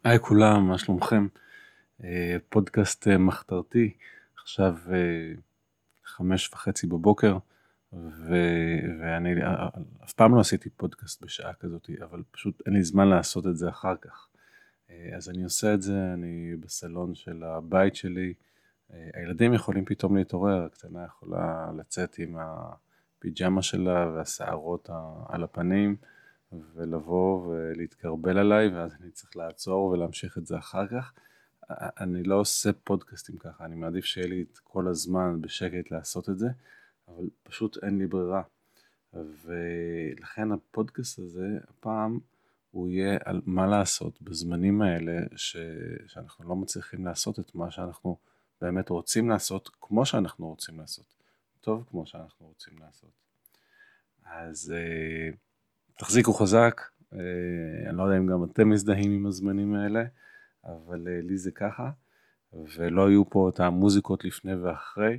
היי כולם, מה שלומכם? פודקאסט מחתרתי, עכשיו 5:30 בבוקר, ואני אף פעם לא עשיתי פודקאסט בשעה כזאת, אבל פשוט אין לי זמן לעשות את זה אחר כך. אז אני עושה את זה, אני בסלון של הבית שלי, הילדים יכולים פתאום להתעורר, הקטנה יכולה לצאת עם הפיג'מה שלה והשערות על הפנים, ולבוא ולהתקרבל עליי, ואז אני צריך לעצור ולהמשיך את זה אחר כך. אני לא עושה פודקאסטים ככה, אני מעדיף שיהיה לי את כל הזמן בשקט לעשות את זה, אבל פשוט אין לי ברירה. ולכן הפודקאסט הזה, הפעם, הוא יהיה על מה לעשות בזמנים האלה שאנחנו לא מצליחים לעשות את מה שאנחנו באמת רוצים לעשות, כמו שאנחנו רוצים לעשות. טוב כמו שאנחנו רוצים לעשות. אז תחזיקו חזק, אני לא יודע אם גם אתם מזדהים עם הזמנים האלה, אבל לי זה ככה, ולא היו פה את המוזיקות לפני ואחרי.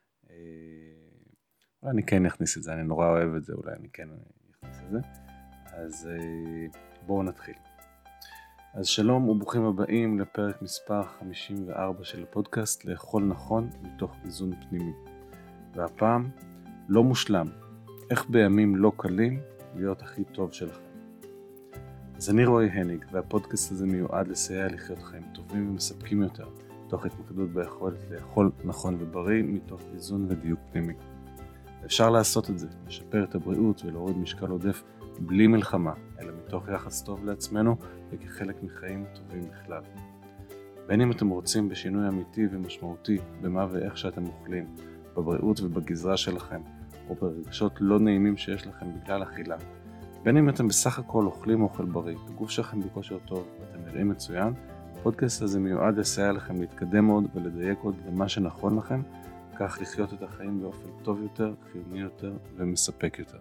אולי אני כן אכניס את זה, אני נורא אוהב את זה, אולי אני כן אכניס את זה. אז בואו נתחיל. אז שלום וברוכים הבאים לפרק מספר 54 של הפודקאסט, לאכול נכון מתוך איזון פנימי. והפעם, לא מושלם, איך בימים לא קלים להיות הכי טוב שלכם. אז אני רועי הניג, והפודקאסט הזה מיועד לסייע לחיות חיים טובים ומספקים יותר, תוך התמקדות ביכולת לאכול נכון ובריא מתוך איזון ודיוק פנימי. אפשר לעשות את זה, לשפר את הבריאות ולהוריד משקל עודף בלי מלחמה, אלא מתוך יחס טוב לעצמנו וכחלק מחיים טובים בכלל. בין אם אתם רוצים בשינוי אמיתי ומשמעותי במה ואיך שאתם אוכלים, בבריאות ובגזרה שלכם, או ברגשות לא נעימים שיש לכם בגלל אכילה, בין אם אתם בסך הכל אוכלים אוכל בריא, הגוף שלכם בכושר טוב ואתם נראים מצוין, הפודקאסט הזה מיועד לסייע לכם להתקדם עוד ולדייק עוד למה שנכון לכם, כך לחיות את החיים באופן טוב יותר, חיוני יותר ומספק יותר.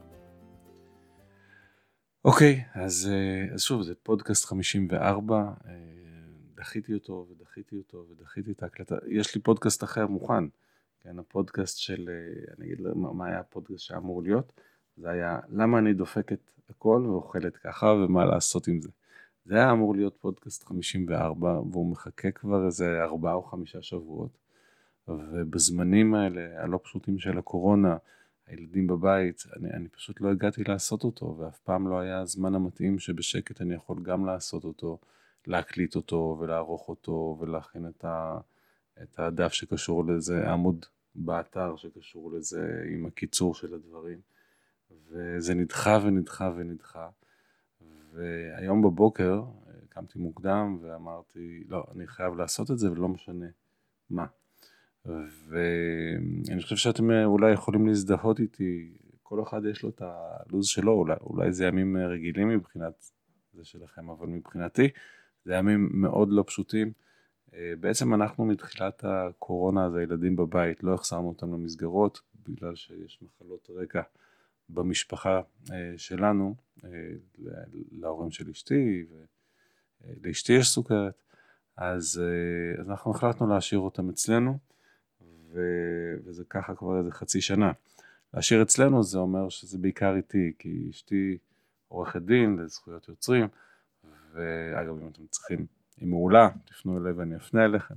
אוקיי, אז שוב, זה פודקאסט 54, דחיתי אותו ודחיתי את ההקלטה. יש לי פודקאסט אחר מוכן, כן, הפודקאסט של, אני אגיד מה היה הפודקאסט שאמור להיות, זה היה למה אני דופקת הכל ואוכלת ככה ומה לעשות עם זה. זה היה אמור להיות פודקאסט 54, והוא מחכה כבר איזה 4 או 5 שבועות, ובזמנים האלה הלא פשוטים של הקורונה, הילדים בבית, אני פשוט לא הגעתי לעשות אותו, ואף פעם לא היה הזמן המתאים שבשקט אני יכול גם לעשות אותו, להקליט אותו ולערוך אותו ולהכין את הדף שקשור לזה, עמוד באתר שקשור לזה עם הקיצור של הדברים, וזה נדחה ונדחה ונדחה, והיום בבוקר קמתי מוקדם ואמרתי, לא, אני חייב לעשות את זה ולא משנה מה. ואני חושב שאתם אולי יכולים להזדהות איתי, כל אחד יש לו את הלוז שלו, אולי זה ימים רגילים מבחינת זה שלכם, אבל מבחינתי זה ימים מאוד לא פשוטים. בעצם אנחנו מתחילת הקורונה, אז הילדים בבית, לא החזרנו אותם למסגרות, בגלל שיש מחלות רקע במשפחה שלנו, להורים של אשתי, ולאשתי יש סוכרת, אז אנחנו החלטנו להשאיר אותם אצלנו, וזה ככה כבר איזה חצי שנה. להשאיר אצלנו זה אומר שזה בעיקר איתי, כי אשתי עורכת דין לזכויות יוצרים, ואגב אם אתם צריכים, היא מעולה, תפנו אליי ואני אפנה אליכם.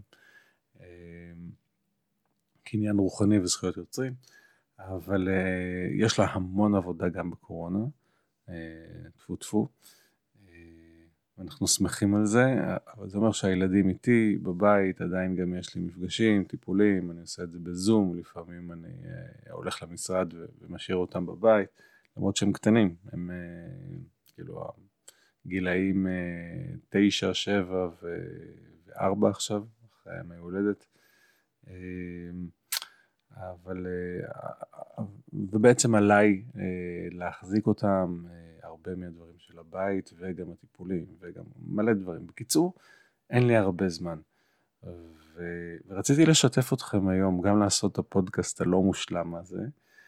קניין רוחני וזכויות יוצרים, אבל יש לה המון עבודה גם בקורונה, טפו טפו, ואנחנו שמחים על זה, אבל זה אומר שהילדים איתי בבית, עדיין גם יש לי מפגשים, טיפולים, אני עושה את זה בזום, לפעמים אני הולך למשרד ומשאיר אותם בבית, למרות שהם קטנים, הם כאילו גילאים 9, 7 ו4 עכשיו, אחרי ימי הולדת, אבל ובעצם עליי להחזיק אותם, הרבה מהדברים של הבית וגם הטיפולים וגם מלא דברים. בקיצור, אין לי הרבה זמן. ורציתי לשתף אתכם היום גם לעשות את הפודקאסט הלא מושלם הזה,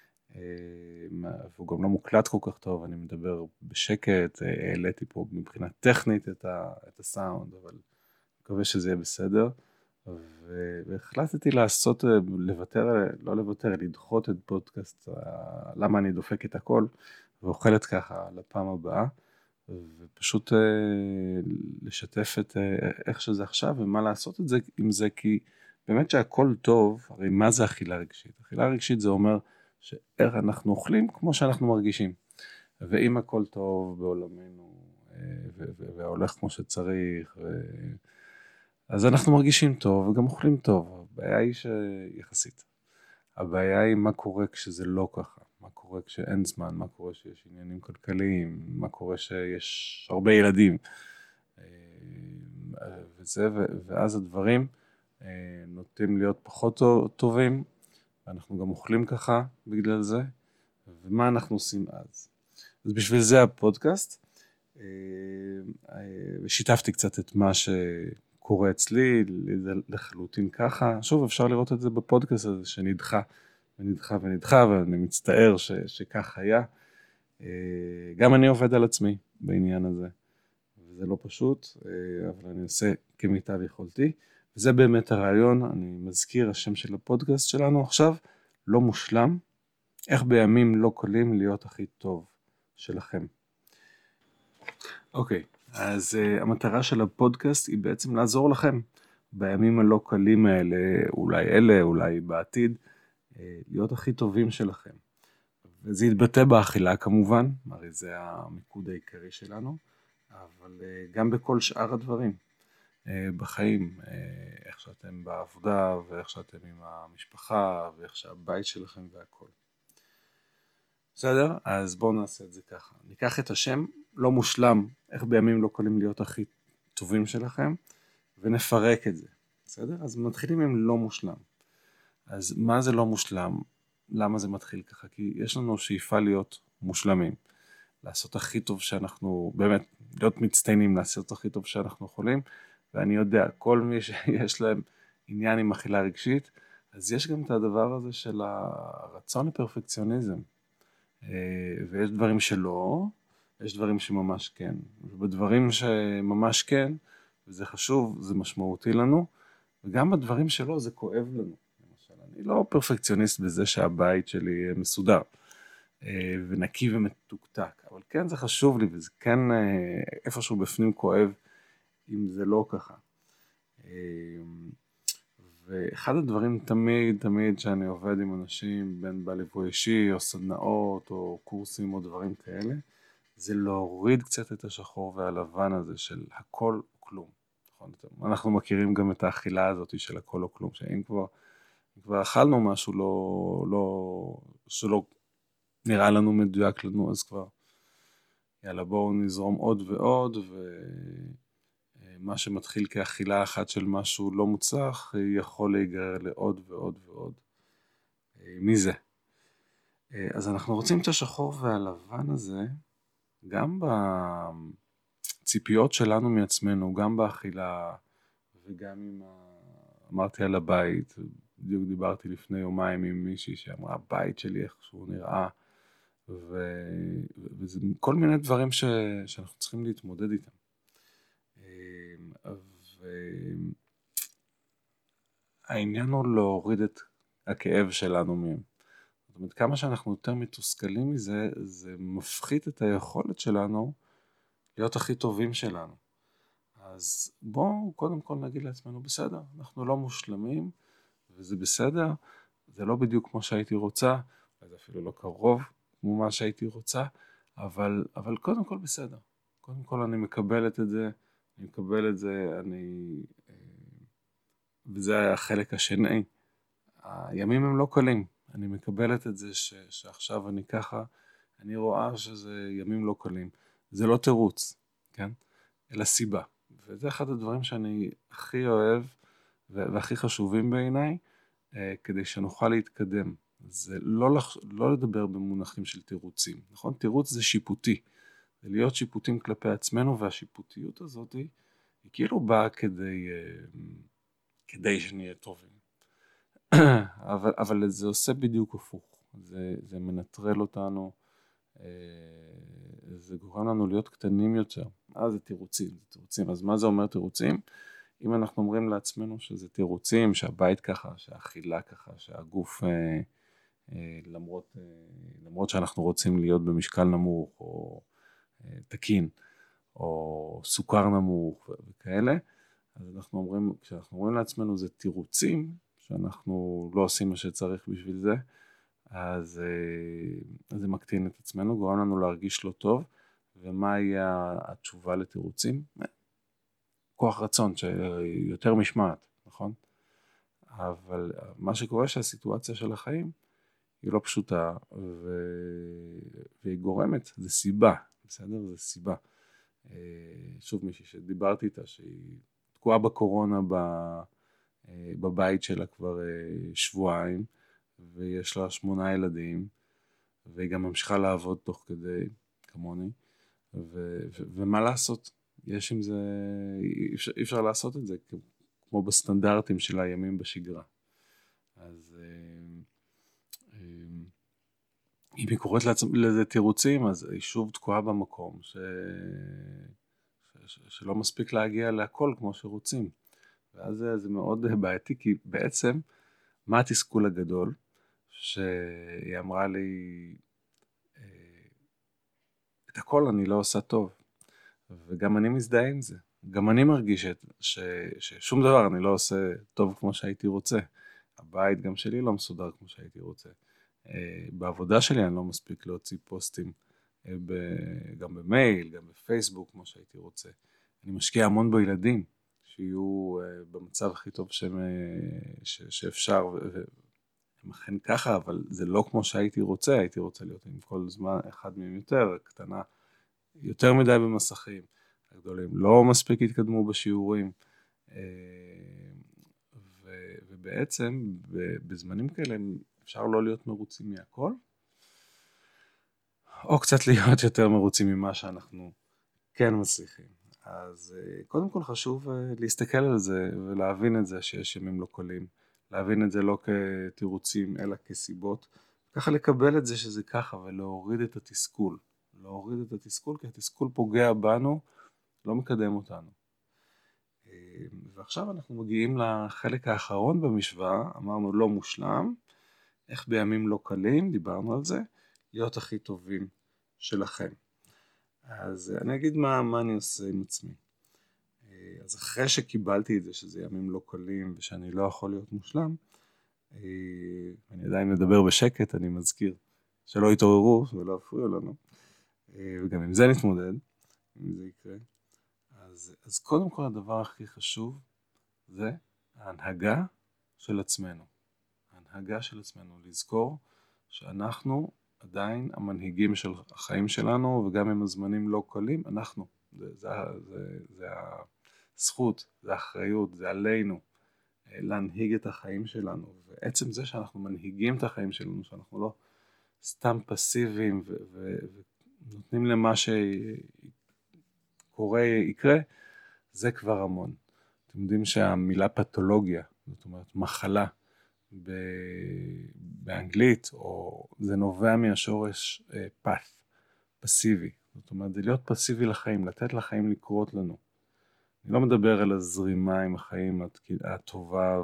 והוא גם לא מוקלט כל כך טוב, אני מדבר בשקט, העליתי פה מבחינה טכנית את הסאונד, אבל מקווה שזה יהיה בסדר. והחלטתי לעשות, לא לוותר, לדחות את פודקאסט, למה אני דופק את הכל, ואוכלת ככה לפעם הבאה, ופשוט לשתף את איך שזה עכשיו ומה לעשות את זה עם זה, כי באמת שהכל טוב. הרי מה זה אכילה רגשית? אכילה רגשית זה אומר שאיך אנחנו אוכלים כמו שאנחנו מרגישים, ואם הכל טוב בעולמנו והולך כמו שצריך, אז אנחנו מרגישים טוב וגם אוכלים טוב. הבעיה היא שיחסית, הבעיה היא מה קורה כשזה לא ככה, מה קורה כשאין זמן, מה קורה שיש עניינים כלכליים, מה קורה שיש הרבה ילדים, ואז הדברים נוטים להיות פחות טובים, ואנחנו גם אוכלים ככה בגלל זה. ומה אנחנו עושים אז בשביל זה הפודקאסט, ושיתפתי קצת את מה שקורה אצלי, לחלוטין ככה. שוב, אפשר לראות את זה בפודקאסט הזה שנדחה ונדחה ונדחה, ואני מצטער שכך היה. גם אני עובד על עצמי בעניין הזה, וזה לא פשוט, אבל אני עושה כמיטב יכולתי, וזה באמת הרעיון. אני מזכיר, השם של הפודקאסט שלנו עכשיו, לא מושלם, איך בימים לא קלים להיות הכי טוב שלכם. אוקיי, אז המטרה של הפודקאסט היא בעצם לעזור לכם בימים הלא קלים האלה, אולי בעתיד, להיות הכי טובים שלכם. וזה יתבטא באכילה כמובן, הרי זה המיקוד העיקרי שלנו, אבל גם בכל שאר הדברים בחיים, איך שאתם בעבודה ואיך שאתם עם המשפחה ואיך שהבית שלכם והכל. בסדר? אז בואו נעשה את זה ככה. ניקח את השם לא מושלם, איך בימים לא קלים להיות הכי טובים שלכם, ונפרק את זה. בסדר? אז מתחילים עם לא מושלם. אז מה זה לא מושלם? למה זה מתחיל ככה? כי יש לנו שאיפה להיות מושלמים. לעשות הכי טוב שאנחנו, באמת, להיות מצטיינים, לעשות הכי טוב שאנחנו יכולים. ואני יודע, כל מי שיש להם עניין עם אכילה רגשית, אז יש גם את הדבר הזה של הרצון לפרפקציוניזם. ויש דברים שלא, יש דברים שממש כן. ובדברים שממש כן, וזה חשוב, זה משמעותי לנו, וגם בדברים שלא, זה כואב לנו. למשל, אני לא פרפקציוניסט בזה שהבית שלי מסודר, ונקי ומתוקתק, אבל כן זה חשוב לי, וזה כן איפשהו בפנים כואב, אם זה לא ככה. ואחד הדברים תמיד שאני עובד עם אנשים, בין בליווי אישי או סדנאות או קורסים או דברים כאלה, זה להוריד קצת את השחור והלבן הזה של הכל או כלום. נכון? אנחנו מכירים גם את האכילה הזאת של הכל או כלום, שאם כבר אכלנו משהו שלא נראה לנו מדויק לנו, אז כבר יאללה בואו נזרום עוד ועוד, מה שמתחיל כאכילה אחת של משהו לא מוצלח, יכול להיגרר לעוד ועוד ועוד. מזה. אז אנחנו רוצים את השחור והלבן הזה, גם בציפיות שלנו מעצמנו, גם באכילה, וגם עם אמרתי על הבית, בדיוק דיברתי לפני יומיים עם מישהי שאמרה, הבית שלי איך שהוא נראה, וזה כל מיני דברים שאנחנו צריכים להתמודד איתם. והעניין הוא להוריד את הכאב שלנו מהם. זאת אומרת, כמה שאנחנו יותר מתוסכלים מזה, זה מפחית את היכולת שלנו להיות הכי טובים שלנו. אז בואו קודם כל נגיד לעצמנו, בסדר, אנחנו לא מושלמים, וזה בסדר, זה לא בדיוק כמו שהייתי רוצה, זה אפילו לא קרוב כמו מה שהייתי רוצה, אבל קודם כל בסדר. קודם כל אני מקבלת את זה, וזה החלק השני. הימים הם לא קלים, אני מקבלת את זה שעכשיו אני ככה, אני רואה שזה ימים לא קלים. זה לא תירוץ, כן? אלא סיבה. וזה אחד הדברים שאני הכי אוהב והכי חשובים בעיניי, כדי שנוכל להתקדם. זה לא לדבר במונחים של תירוצים, נכון? תירוץ זה שיפוטי. זה להיות שיפוטים כלפי עצמנו, והשיפוטיות הזאת היא כאילו באה כדי שנהיה טובים. אבל זה עושה בדיוק הפוך. זה מנטרל אותנו, זה גורם לנו להיות קטנים יותר. זה תירוצים. אז מה זה אומר תירוצים? אם אנחנו אומרים לעצמנו שזה תירוצים, שהבית ככה, שהאכילה ככה, שהגוף, למרות שאנחנו רוצים להיות במשקל נמוך או תקין, או סוכר נמוך וכאלה. אז כשאנחנו אומרים לעצמנו זה תירוצים, שאנחנו לא עושים מה שצריך בשביל זה, אז זה מקטין את עצמנו, גורם לנו להרגיש לא טוב. ומה יהיה התשובה לתירוצים? כוח רצון, שיותר משמעת, נכון? אבל מה שקורה שהסיטואציה של החיים היא לא פשוטה, והיא גורמת, זה סיבה, בסדר? זה סיבה. שוב מישהי שדיברתי איתה, שהיא תקועה בקורונה בבית שלה כבר שבועיים, ויש לה 8 ילדים, והיא גם ממשיכה לעבוד תוך כדי, כמוני, ומה לעשות? יש עם זה, אי אפשר לעשות את זה, כמו בסטנדרטים של הימים בשגרה. אז אם היא קוראת לזה תירוצים, אז היא שוב תקועה במקום שלא מספיק להגיע להכל כמו שרוצים. ואז זה מאוד בעייתי, כי בעצם מה התסכול הגדול? שהיא אמרה לי, את הכל אני לא עושה טוב, וגם אני מזדהה עם זה. גם אני מרגיש ששום דבר אני לא עושה טוב כמו שהייתי רוצה. הבית גם שלי לא מסודר כמו שהייתי רוצה. בעבודה שלי אני לא מספיק להוציא פוסטים, גם במייל, גם בפייסבוק כמו שהייתי רוצה. אני משקיע המון בילדים, שיהיו במצב הכי טוב שאפשר, והם אכן ככה, אבל זה לא כמו שהייתי רוצה. הייתי רוצה להיות עם כל זמן אחד מהם יותר, קטנה, יותר מדי במסכים. הגדולים לא מספיק התקדמו בשיעורים, ובעצם בזמנים כאלה אפשר לא להיות מרוצים מהכל, או קצת להיות יותר מרוצים ממה שאנחנו כן מצליחים. אז קודם כל חשוב להסתכל על זה ולהבין את זה שיש ימים לא קלים, להבין את זה לא כתירוצים אלא כסיבות, ככה לקבל את זה שזה ככה ולהוריד את התסכול. להוריד את התסכול, כי התסכול פוגע בנו, לא מקדם אותנו. ועכשיו אנחנו מגיעים לחלק האחרון במשוואה, אמרנו לא מושלם, איך בימים לא קלים, דיברנו על זה, להיות הכי טובים שלכם. אז אני אגיד מה אני עושה עם עצמי. אז אחרי שקיבלתי את זה, שזה ימים לא קלים ושאני לא יכול להיות מושלם, אני עדיין מדבר בשקט, אני מזכיר שלא יתעוררו ולא יפריעו לנו, וגם עם זה נתמודד, אם זה יקרה. אז קודם כל הדבר הכי חשוב זה ההנהגה של עצמנו. ההנהגה של עצמנו, לזכור שאנחנו עדיין המנהיגים של החיים שלנו, וגם אם הזמנים לא קלים, אנחנו. זה הזכות, זה האחריות, זה עלינו להנהיג את החיים שלנו. ועצם זה שאנחנו מנהיגים את החיים שלנו, שאנחנו לא סתם פסיביים ונותנים למה שקורה יקרה, זה כבר המון. אתם יודעים שהמילה פתולוגיה, זאת אומרת מחלה באנגלית, או זה נובע מהשורש path, פסיבי. זאת אומרת, זה להיות פסיבי לחיים, לתת לחיים לקרות לנו. אני לא מדבר על הזרימה עם החיים הטובה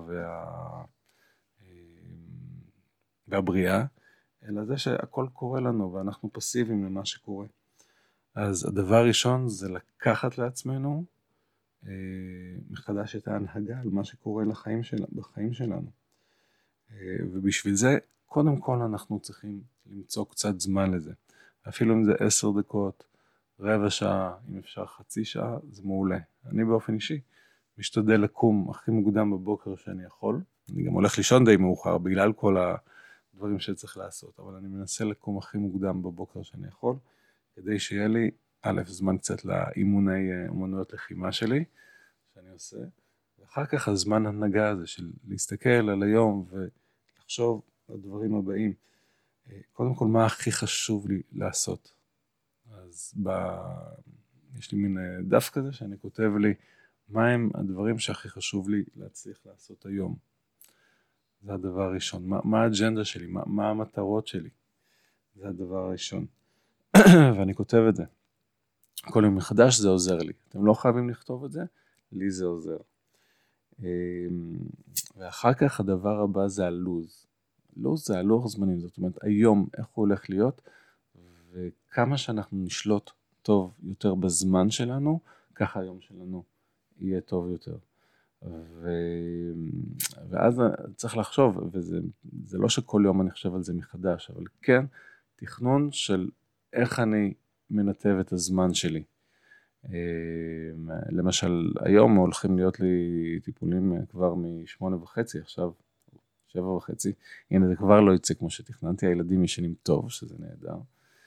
והבריאה, אלא זה שהכל קורה לנו ואנחנו פסיביים למה שקורה. אז הדבר הראשון זה לקחת לעצמנו מחדש את ההנהגה על מה שקורה בחיים שלנו. ובשביל זה, קודם כל אנחנו צריכים למצוא קצת זמן לזה. אפילו אם זה 10 דקות, רבע שעה, אם אפשר חצי שעה, זה מעולה. אני באופן אישי משתדל לקום הכי מוקדם בבוקר שאני יכול. אני גם הולך לישון די מאוחר בגלל כל הדברים שצריך לעשות, אבל אני מנסה לקום הכי מוקדם בבוקר שאני יכול, כדי שיהיה לי זמן קצת לאימוני אומנויות לחימה שלי, שאני עושה, ואחר כך הזמן הנהגה הזה של להסתכל על היום ולחשוב על הדברים הבאים. קודם כל, מה הכי חשוב לי לעשות? אז יש לי מין דף כזה שאני כותב לי, מה הם הדברים שהכי חשוב לי להצליח לעשות היום? זה הדבר הראשון. מה האג'נדה שלי? מה המטרות שלי? זה הדבר הראשון. ואני כותב את זה. כל יום מחדש זה עוזר לי. אתם לא חייבים לכתוב את זה, לי זה עוזר. ואחר כך הדבר הבא זה הלוז. לוז זה הלוח זמנים, זאת אומרת היום איך הוא הולך להיות, וכמה שאנחנו נשלוט טוב יותר בזמן שלנו, ככה היום שלנו יהיה טוב יותר. ואז צריך לחשוב, וזה לא שכל יום אני חושב על זה מחדש, אבל כן, תכנון של איך אני מנתב את הזמן שלי. למשל, היום הולכים להיות לי טיפולים כבר מ8:30, עכשיו 7:30, הנה זה כבר לא יצא כמו שתכננתי, הילדים ישנים טוב, שזה נהדר.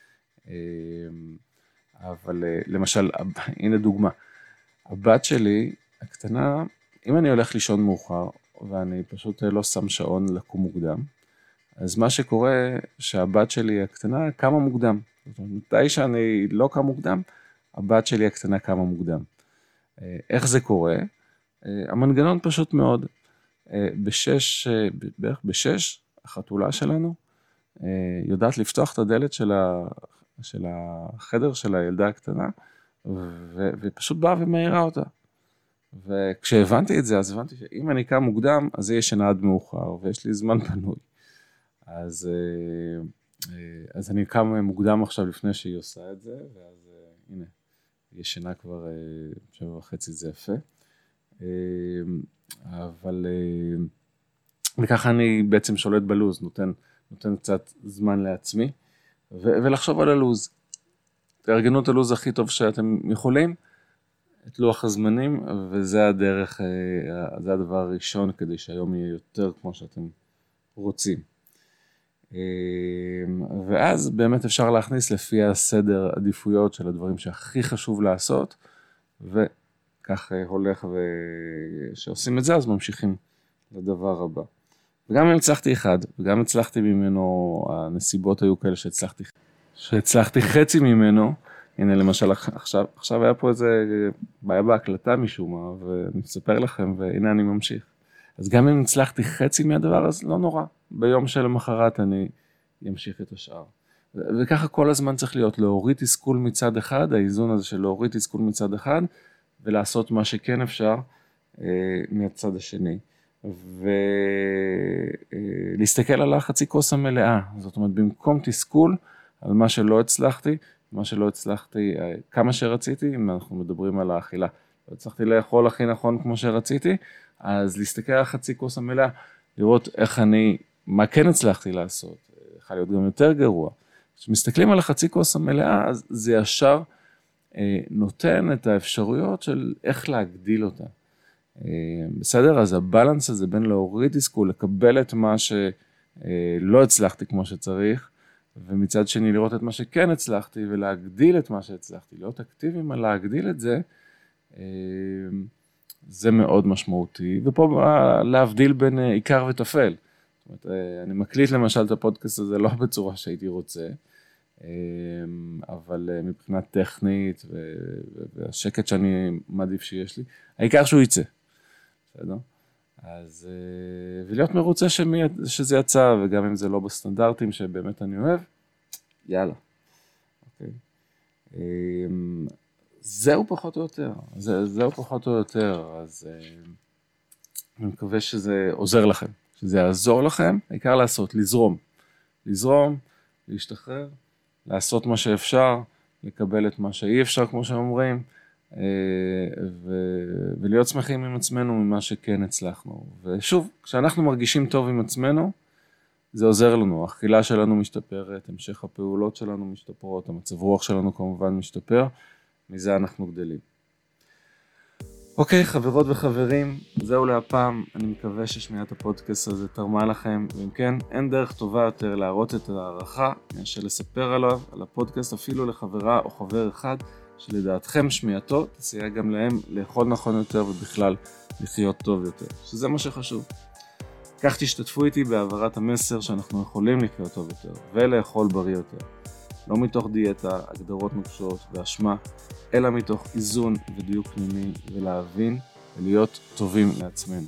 אבל למשל, הנה דוגמה, הבת שלי הקטנה, אם אני הולך לישון מאוחר, ואני פשוט לא שם שעון לקום מוקדם, אז מה שקורה שהבת שלי הקטנה קמה מוקדם. זאת אומרת, מתי שאני לא קם מוקדם, הבת שלי הקטנה קמה מוקדם. איך זה קורה? המנגנון פשוט מאוד. בערך בשש, החתולה שלנו יודעת לפתוח את הדלת של החדר של הילדה הקטנה, ופשוט באה ומעירה אותה. וכשהבנתי את זה, אז הבנתי שאם אני קם מוקדם, אז זה יהיה שנה עד מאוחר, ויש לי זמן פנוי. אז אני קם מוקדם עכשיו לפני שהיא עושה את זה, ואז הנה, יש שנה כבר 7:30, זה יפה. אבל וככה אני בעצם שולט בלוז, נותן קצת זמן לעצמי, ולחשוב על הלוז. תארגנו את הלוז הכי טוב שאתם יכולים, את לוח הזמנים, וזה הדרך, זה הדבר הראשון, כדי שהיום יהיה יותר כמו שאתם רוצים. ואז באמת אפשר להכניס לפי הסדר עדיפויות של הדברים שהכי חשוב לעשות, וכך הולך, ושעושים את זה, אז ממשיכים לדבר הבא. וגם אם הצלחתי אחד, וגם הצלחתי ממנו, הנסיבות היו כאלה שהצלחתי חצי ממנו, הנה למשל עכשיו היה פה איזה בעיה בהקלטה משום מה, ואני מספר לכם, והנה אני ממשיך. אז גם אם הצלחתי חצי מהדבר, אז לא נורא. ביום של המחרת אני אמשיך את השאר. וככה כל הזמן צריך להיות, להוריד תסכול מצד אחד, האיזון הזה של להוריד תסכול מצד אחד, ולעשות מה שכן אפשר מהצד השני. ולהסתכל על החצי כוס המלאה. זאת אומרת, במקום תסכול על מה שלא הצלחתי, כמה שרציתי, אם אנחנו מדברים על האכילה, לא הצלחתי לאכול הכי נכון כמו שרציתי, אז להסתכל על חצי כוס המלאה, לראות מה כן הצלחתי לעשות, יכול להיות גם יותר גרוע. כשמסתכלים על החצי כוס המלאה, אז זה ישר נותן את האפשרויות של איך להגדיל אותה. בסדר? אז הבלנס הזה בין להוריד תסכול, לקבל את מה שלא הצלחתי כמו שצריך, ומצד שני לראות את מה שכן הצלחתי, ולהגדיל את מה שהצלחתי, להיות אקטיביים על להגדיל את זה, זה מאוד משמעותי, ופה להבדיל בין עיקר וטפל. זאת אומרת, אני מקליט למשל את הפודקאסט הזה לא בצורה שהייתי רוצה, אבל מבחינה טכנית והשקט שאני מעדיף שיש לי, העיקר שהוא יצא. בסדר? אז, ולהיות מרוצה שזה יצא, וגם אם זה לא בסטנדרטים שבאמת אני אוהב, יאללה. אוקיי. זהו פחות או יותר, אז אני מקווה שזה עוזר לכם, שזה יעזור לכם, העיקר לעשות, לזרום, להשתחרר, לעשות מה שאפשר, לקבל את מה שאי אפשר כמו שאומרים, ולהיות שמחים עם עצמנו ממה שכן הצלחנו. ושוב, כשאנחנו מרגישים טוב עם עצמנו, זה עוזר לנו, האכילה שלנו משתפרת, המשך הפעולות שלנו משתפרות, המצב רוח שלנו כמובן משתפר, מזה אנחנו גדלים. אוקיי, חברות וחברים, זהו להפעם, אני מקווה ששמיעת הפודקאסט הזה תרמה לכם, ואם כן, אין דרך טובה יותר להראות את הערכה, מאשר לספר עליו, על הפודקאסט אפילו לחברה או חבר אחד, שלדעתכם שמיעתו תסייע גם להם לאכול נכון יותר ובכלל לחיות טוב יותר, שזה מה שחשוב. כך תשתתפו איתי בהעברת המסר שאנחנו יכולים לחיות טוב יותר ולאכול בריא יותר. לא מתוך דיאטה, הגדרות נוקשות ואשמה, אלא מתוך איזון ודיוק פנימי ולהבין ולהיות טובים לעצמנו.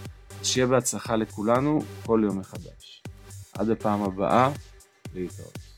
שיהיה בהצלחה לכולנו כל יום מחדש. עד הפעם הבאה, להתראות.